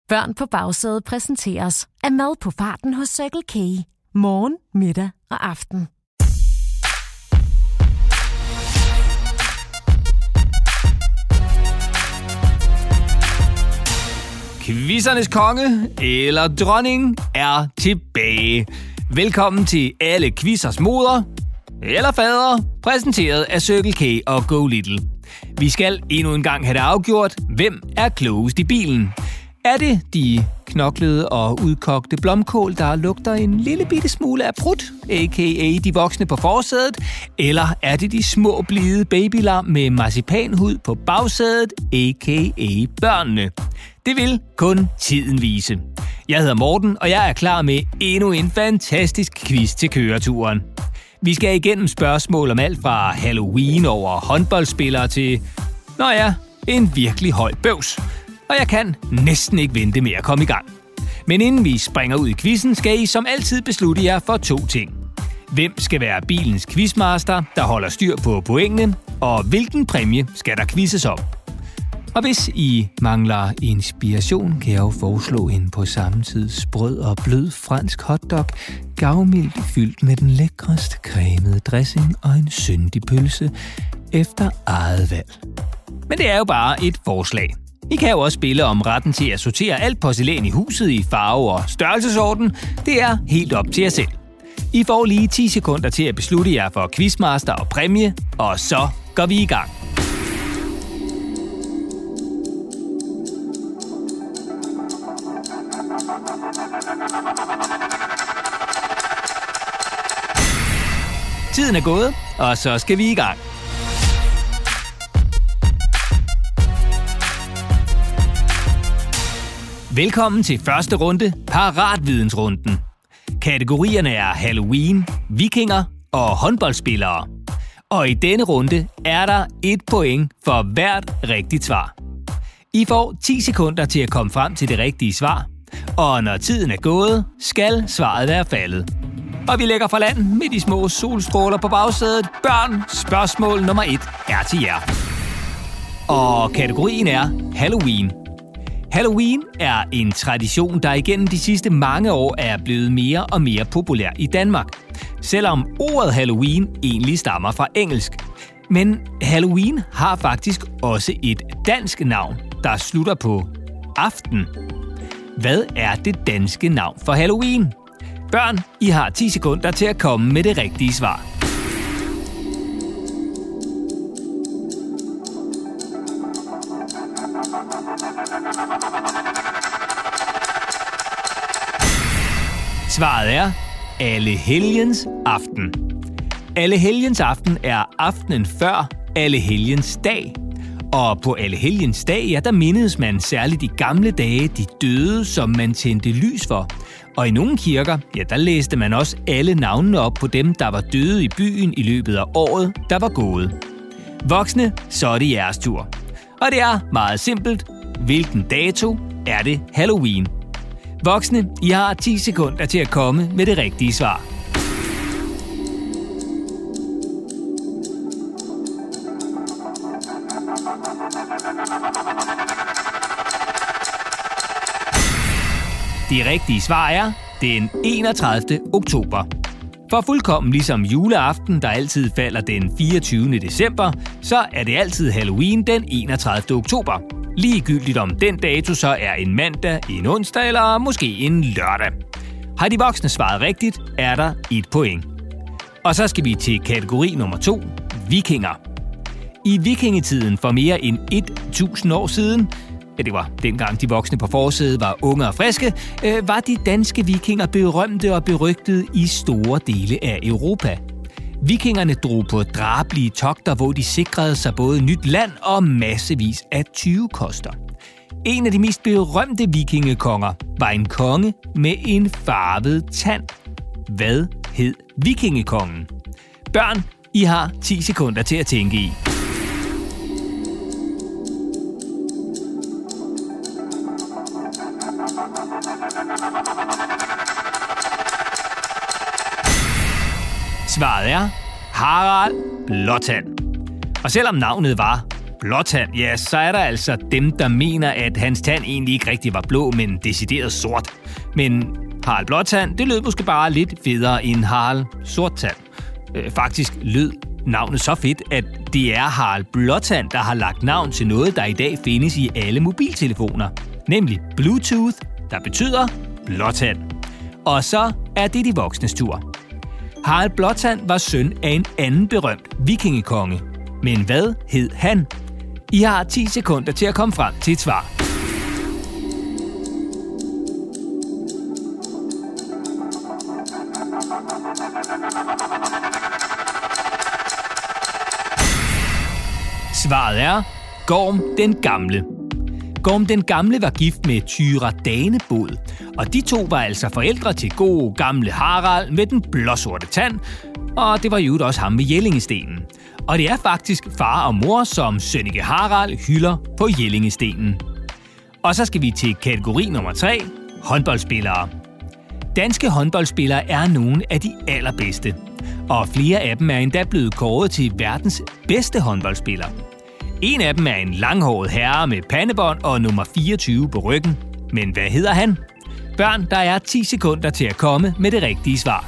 Børn på bagsædet præsenteres af mad på farten hos Circle K. Morgen, middag og aften. Quizernes konge eller dronning er tilbage. Velkommen til alle quizzers moder eller fader, præsenteret af Circle K og Go Little. Vi skal endnu en gang have det afgjort, hvem er klogest i bilen. Er det de knoklede og udkogte blomkål, der lugter en lille bitte smule af prut, a.k.a. de voksne på forsædet? Eller er det de små blide babylam med marcipanhud på bagsædet, a.k.a. børnene? Det vil kun tiden vise. Jeg hedder Morten, og jeg er klar med endnu en fantastisk quiz til køreturen. Vi skal igennem spørgsmål om alt fra Halloween over håndboldspillere til, en virkelig høj bøvs. Og jeg kan næsten ikke vente med at komme i gang. Men inden vi springer ud i quizzen, skal I som altid beslutte jer for 2 ting. Hvem skal være bilens quizmaster, der holder styr på pointene, og hvilken præmie skal der quizzes om? Og hvis I mangler inspiration, kan jeg jo foreslå en på samme tid sprød og blød fransk hotdog, gavmildt fyldt med den lækreste cremede dressing og en syndig pølse efter eget valg. Men det er jo bare et forslag. I kan jo også spille om retten til at sortere alt porcelæn i huset i farve og størrelsesorden. Det er helt op til jer selv. I får lige 10 sekunder til at beslutte jer for quizmaster og præmie, og så går vi i gang. Tiden er gået, og så skal vi i gang. Velkommen til første runde, Paratvidensrunden. Kategorierne er Halloween, vikinger og håndboldspillere. Og i denne runde er der 1 point for hvert rigtigt svar. I får 10 sekunder til at komme frem til det rigtige svar, og når tiden er gået, skal svaret være faldet. Og vi lægger fra land med de små solstråler på bagsædet. Børn, spørgsmål nummer 1 er til jer. Og kategorien er Halloween. Halloween er en tradition, der igennem de sidste mange år er blevet mere og mere populær i Danmark. Selvom ordet Halloween egentlig stammer fra engelsk. Men Halloween har faktisk også et dansk navn, der slutter på aften. Hvad er det danske navn for Halloween? Børn, I har 10 sekunder til at komme med det rigtige svar. Svaret er Allehelgens aften. Allehelgens aften er aftenen før Allehelgens dag. Og på Allehelgens dag, ja, der mindedes man særligt i gamle dage de døde, som man tændte lys for. Og i nogle kirker, ja, der læste man også alle navnene op på dem, der var døde i byen i løbet af året, der var gået. Voksne, så er det jeres tur. Og det er meget simpelt. Hvilken dato er det Halloween? Voksne, I har 10 sekunder til at komme med det rigtige svar. Det rigtige svar er den 31. oktober. For fuldkommen ligesom juleaften, der altid falder den 24. december, så er det altid Halloween den 31. oktober. Ligegyldigt om den dato så er en mandag, en onsdag eller måske en lørdag. Har de voksne svaret rigtigt, er der 1 point. Og så skal vi til kategori nummer 2, vikinger. I vikingetiden for mere end 1000 år siden, ja, det var dengang de voksne på forsædet var unge og friske, var de danske vikinger berømte og berygtede i store dele af Europa. Vikingerne drog på drabelige togter, hvor de sikrede sig både nyt land og massevis af tyvekoster. En af de mest berømte vikingekonger var en konge med en farvet tand. Hvad hed vikingekongen? Børn, I har 10 sekunder til at tænke i. Svaret er Harald Blåtand. Og selvom navnet var Blåtand, ja, så er der altså dem, der mener, at hans tand egentlig ikke rigtig var blå, men decideret sort. Men Harald Blåtand, det lød måske bare lidt federe end Harald Sorttand. Faktisk lød navnet så fedt, at det er Harald Blåtand, der har lagt navn til noget, der i dag findes i alle mobiltelefoner. Nemlig Bluetooth, der betyder blåtand. Og så er det de voksnes tur. Harald Blåtand var søn af en anden berømt vikingekonge. Men hvad hed han? I har 10 sekunder til at komme frem til et svar. Svaret er Gorm den Gamle. Gorm den Gamle var gift med Thyra Danebod, og de to var altså forældre til gode gamle Harald med den blåsorte tand, og det var jo også ham med Jellingestenen. Og det er faktisk far og mor, som Sønneke Harald hylder på Jellingestenen. Og så skal vi til kategori nummer 3, håndboldspillere. Danske håndboldspillere er nogle af de allerbedste, og flere af dem er endda blevet kåret til verdens bedste håndboldspillere. En af dem er en langhåret herre med pandebånd og nummer 24 på ryggen. Men hvad hedder han? Børn, der er 10 sekunder til at komme med det rigtige svar.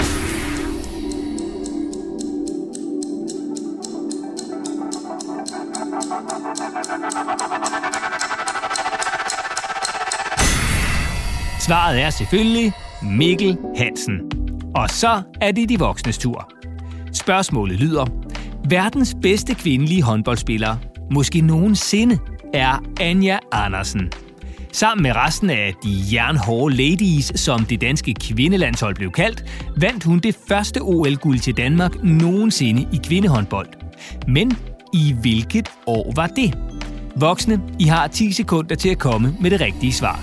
Svaret er selvfølgelig Mikkel Hansen. Og så er det de voksnes tur. Spørgsmålet lyder: verdens bedste kvindelige håndboldspiller, måske nogensinde, er Anja Andersen. Sammen med resten af de jernhårde ladies, som det danske kvindelandshold blev kaldt, vandt hun det første OL-guld til Danmark nogensinde i kvindehåndbold. Men i hvilket år var det? Voksne, I har 10 sekunder til at komme med det rigtige svar.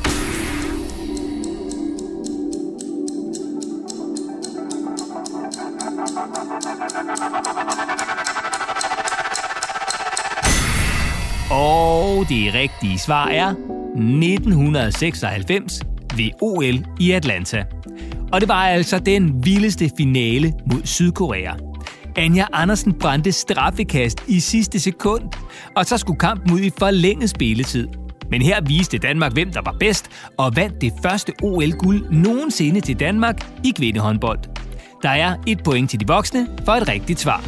Og det rigtige svar er 1996 ved OL i Atlanta. Og det var altså den vildeste finale mod Sydkorea. Anja Andersen brændte straffekast i sidste sekund, og så skulle kampen ud i forlænget spilletid. Men her viste Danmark, hvem der var bedst, og vandt det første OL-guld nogensinde til Danmark i kvindehåndbold. Der er 1 point til de voksne for et rigtigt svar.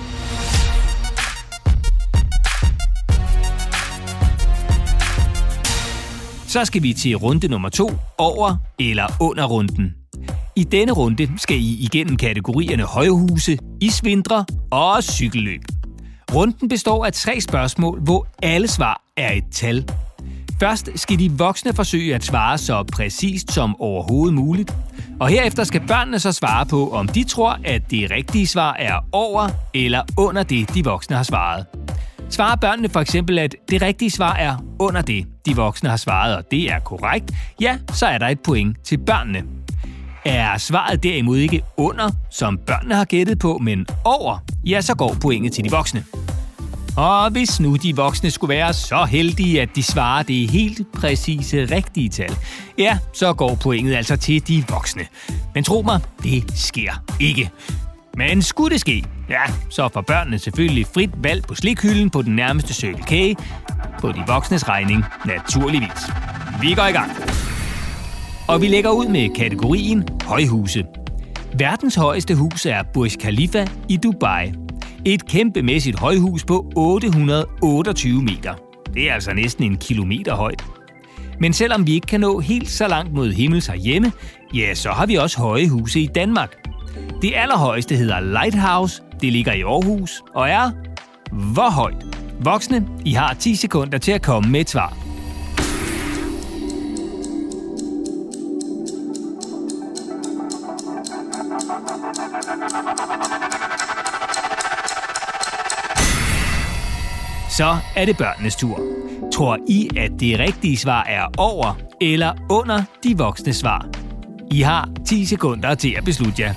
Så skal vi til runde nummer 2, over eller under runden. I denne runde skal I igennem kategorierne højhuse, isvintre og cykelløb. Runden består af 3 spørgsmål, hvor alle svar er et tal. Først skal de voksne forsøge at svare så præcist som overhovedet muligt. Og herefter skal børnene så svare på, om de tror, at det rigtige svar er over eller under det, de voksne har svaret. Svarer børnene for eksempel, at det rigtige svar er under det, de voksne har svaret, og det er korrekt, ja, så er der et point til børnene. Er svaret derimod ikke under, som børnene har gættet på, men over, ja, så går pointet til de voksne. Og hvis nu de voksne skulle være så heldige, at de svarer det helt præcise rigtige tal, ja, så går pointet altså til de voksne. Men tro mig, det sker ikke. Men skulle det ske, ja, så får børnene selvfølgelig frit valg på slikhylden på den nærmeste Circle K, på de voksnes regning, naturligvis. Vi går i gang. Og vi lægger ud med kategorien højhuse. Verdens højeste hus er Burj Khalifa i Dubai. Et kæmpemæssigt højhus på 828 meter. Det er altså næsten 1 kilometer højt. Men selvom vi ikke kan nå helt så langt mod himmels herhjemme, ja, så har vi også høje huse i Danmark. Det allerhøjeste hedder Lighthouse, det ligger i Aarhus, og er hvor højt? Voksne, I har 10 sekunder til at komme med et svar. Så er det børnenes tur. Tror I, at det rigtige svar er over eller under de voksne svar? I har 10 sekunder til at beslutte jer.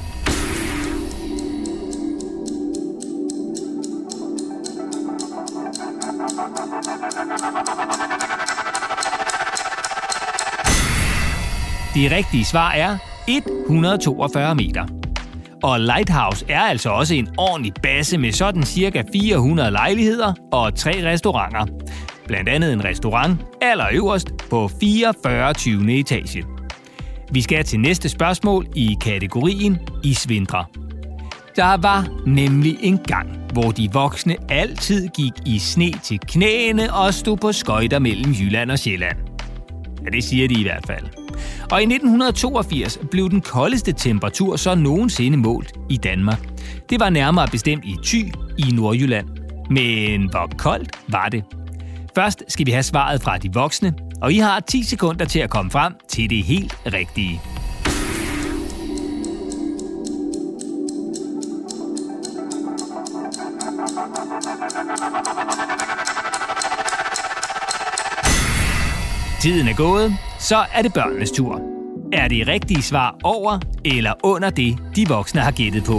Det rigtige svar er 142 meter. Og Lighthouse er altså også en ordentlig base med sådan cirka 400 lejligheder og 3 restauranter. Blandt andet en restaurant allerøverst på 44. 20. etage. Vi skal til næste spørgsmål i kategorien isvintre. Der var nemlig en gang, hvor de voksne altid gik i sne til knæene og stod på skøjter mellem Jylland og Sjælland. Ja, det siger de i hvert fald. Og i 1982 blev den koldeste temperatur så nogensinde målt i Danmark. Det var nærmere bestemt i Thy i Nordjylland. Men hvor koldt var det? Først skal vi have svaret fra de voksne, og I har 10 sekunder til at komme frem til det helt rigtige. Tiden er gået, så er det børnenes tur. Er det rigtige svar over eller under det, de voksne har gættet på?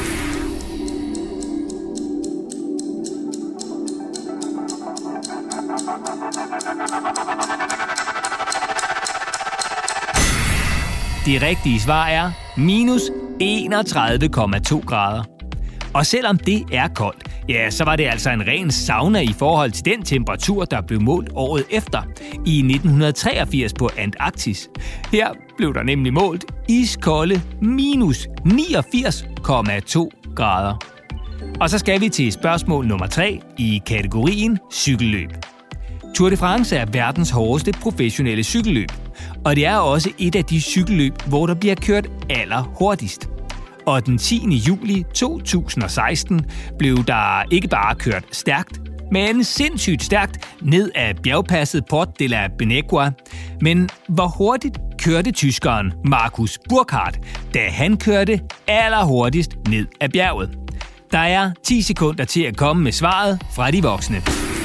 Det rigtige svar er minus 31,2 grader. Og selvom det er koldt, ja, så var det altså en ren sauna i forhold til den temperatur, der blev målt året efter, i 1983 på Antarktis. Her blev der nemlig målt iskolde minus 89,2 grader. Og så skal vi til spørgsmål nummer 3 i kategorien cykelløb. Tour de France er verdens hårdeste professionelle cykelløb, og det er også et af de cykelløb, hvor der bliver kørt allerhurtigst. Og den 10. juli 2016 blev der ikke bare kørt stærkt, men sindssygt stærkt ned ad bjergpasset Port de la Benegua. Men hvor hurtigt kørte tyskeren Markus Burkhardt, da han kørte allerhurtigst ned ad bjerget? Der er 10 sekunder til at komme med svaret fra de voksne.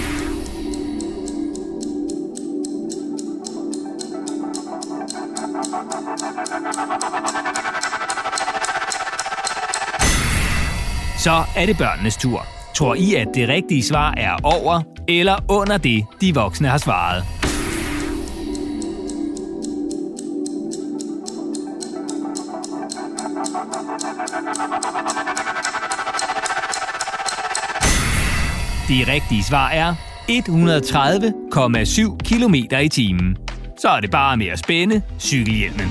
Så er det børnenes tur. Tror I, at det rigtige svar er over eller under det, de voksne har svaret? Det rigtige svar er 130,7 km i timen. Så er det bare med at spænde cykelhjelmen.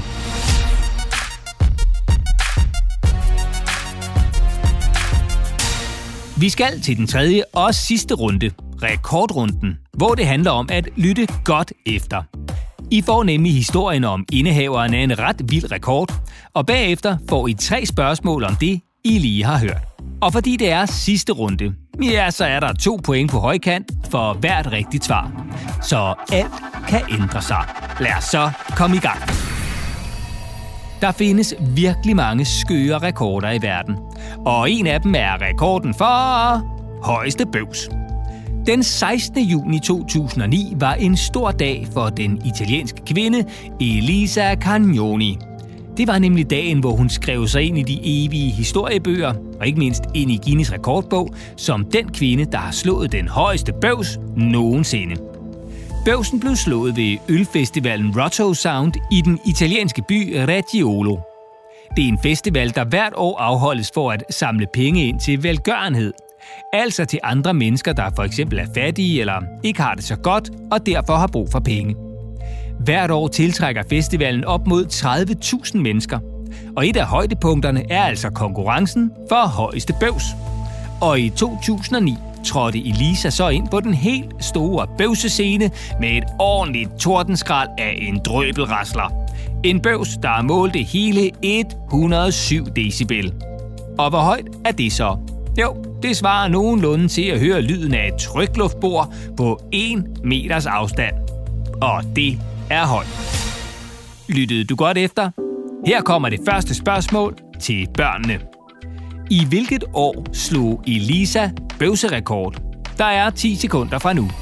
Vi skal til den tredje og sidste runde, rekordrunden, hvor det handler om at lytte godt efter. I får nemlig historien om indehaveren af en ret vild rekord, og bagefter får I 3 spørgsmål om det, I lige har hørt. Og fordi det er sidste runde, ja, så er der 2 point på højkant for hvert rigtigt svar. Så alt kan ændre sig. Lad os så komme i gang. Der findes virkelig mange skøre rekorder i verden, og en af dem er rekorden for højeste bøvs. Den 16. juni 2009 var en stor dag for den italienske kvinde Elisa Cagnoni. Det var nemlig dagen, hvor hun skrev sig ind i de evige historiebøger, og ikke mindst ind i Guinness rekordbog, som den kvinde, der har slået den højeste bøvs nogensinde. Bøvsen blev slået ved ølfestivalen Rotto Sound i den italienske by Reggiolo. Det er en festival, der hvert år afholdes for at samle penge ind til velgørenhed. Altså til andre mennesker, der for eksempel er fattige eller ikke har det så godt og derfor har brug for penge. Hvert år tiltrækker festivalen op mod 30.000 mennesker. Og et af højdepunkterne er altså konkurrencen for højeste bøvs. Og i 2009 trådte Elisa så ind på den helt store bøvsescene med et ordentligt tordenskrald af en drøbelrasler. En bøvs, der målte hele 107 decibel. Og hvor højt er det så? Jo, det svarer nogenlunde til at høre lyden af et trykluftbord på 1 meters afstand. Og det er højt. Lyttede du godt efter? Her kommer det første spørgsmål til børnene. I hvilket år slog Elisa bøvserekord? Der er 10 sekunder fra nu.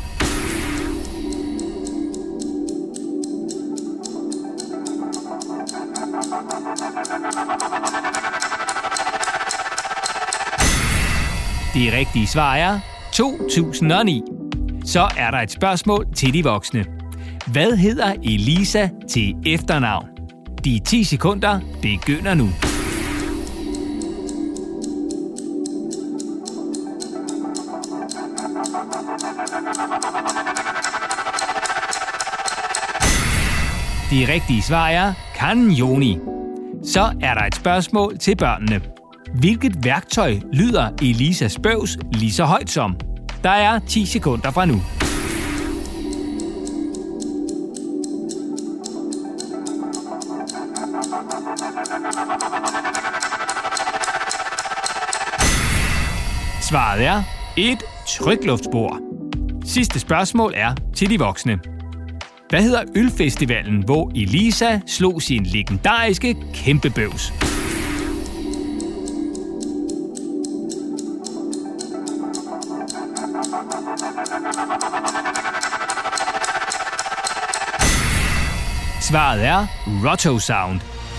Det rigtige svar er 2009. Så er der et spørgsmål til de voksne. Hvad hedder Elisa til efternavn? De 10 sekunder begynder nu. Det rigtige svar er canjoni. Så er der et spørgsmål til børnene. Hvilket værktøj lyder Elisas bøvs lige så højt som? Der er 10 sekunder fra nu. Svaret er et trykluftspor. Sidste spørgsmål er til de voksne. Hvad hedder ølfestivalen, hvor Elisa slog sin legendariske kæmpebøvs? Svaret er Rotto Sound.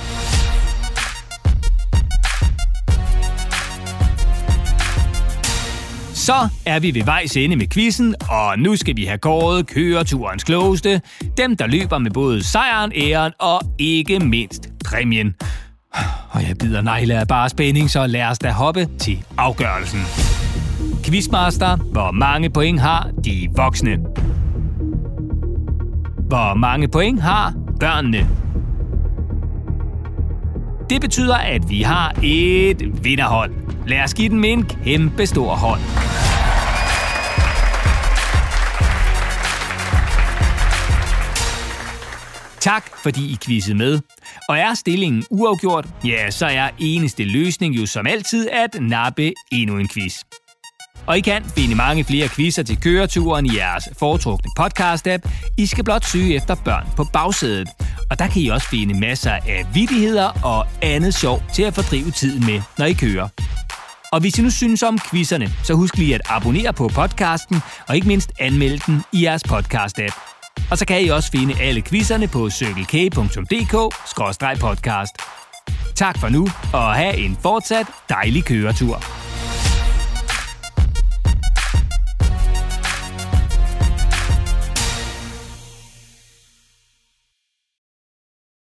Så er vi ved vejs ende med quizzen, og nu skal vi have kåret køreturens klogeste. Dem, der løber med både sejren, æren og ikke mindst præmien. Og jeg bider negle af bare spænding, så lad os da hoppe til afgørelsen. Quizmaster, hvor mange point har de voksne? Hvor mange point har børnene? Det betyder, at vi har et vinderhold. Lad os give dem en kæmpe stor hånd. Tak, fordi I quizzede med. Og er stillingen uafgjort, ja, så er eneste løsning jo som altid at nappe endnu en quiz. Og I kan finde mange flere quizzer til køreturen i jeres foretrukne podcast-app. I skal blot søge efter børn på bagsædet. Og der kan I også finde masser af vittigheder og andet sjov til at fordrive tiden med, når I kører. Og hvis I nu synes om quizzerne, så husk lige at abonnere på podcasten, og ikke mindst anmelde den i jeres podcast-app. Og så kan I også finde alle quizzerne på circlek.dk/podcast. Tak for nu, og have en fortsat dejlig køretur.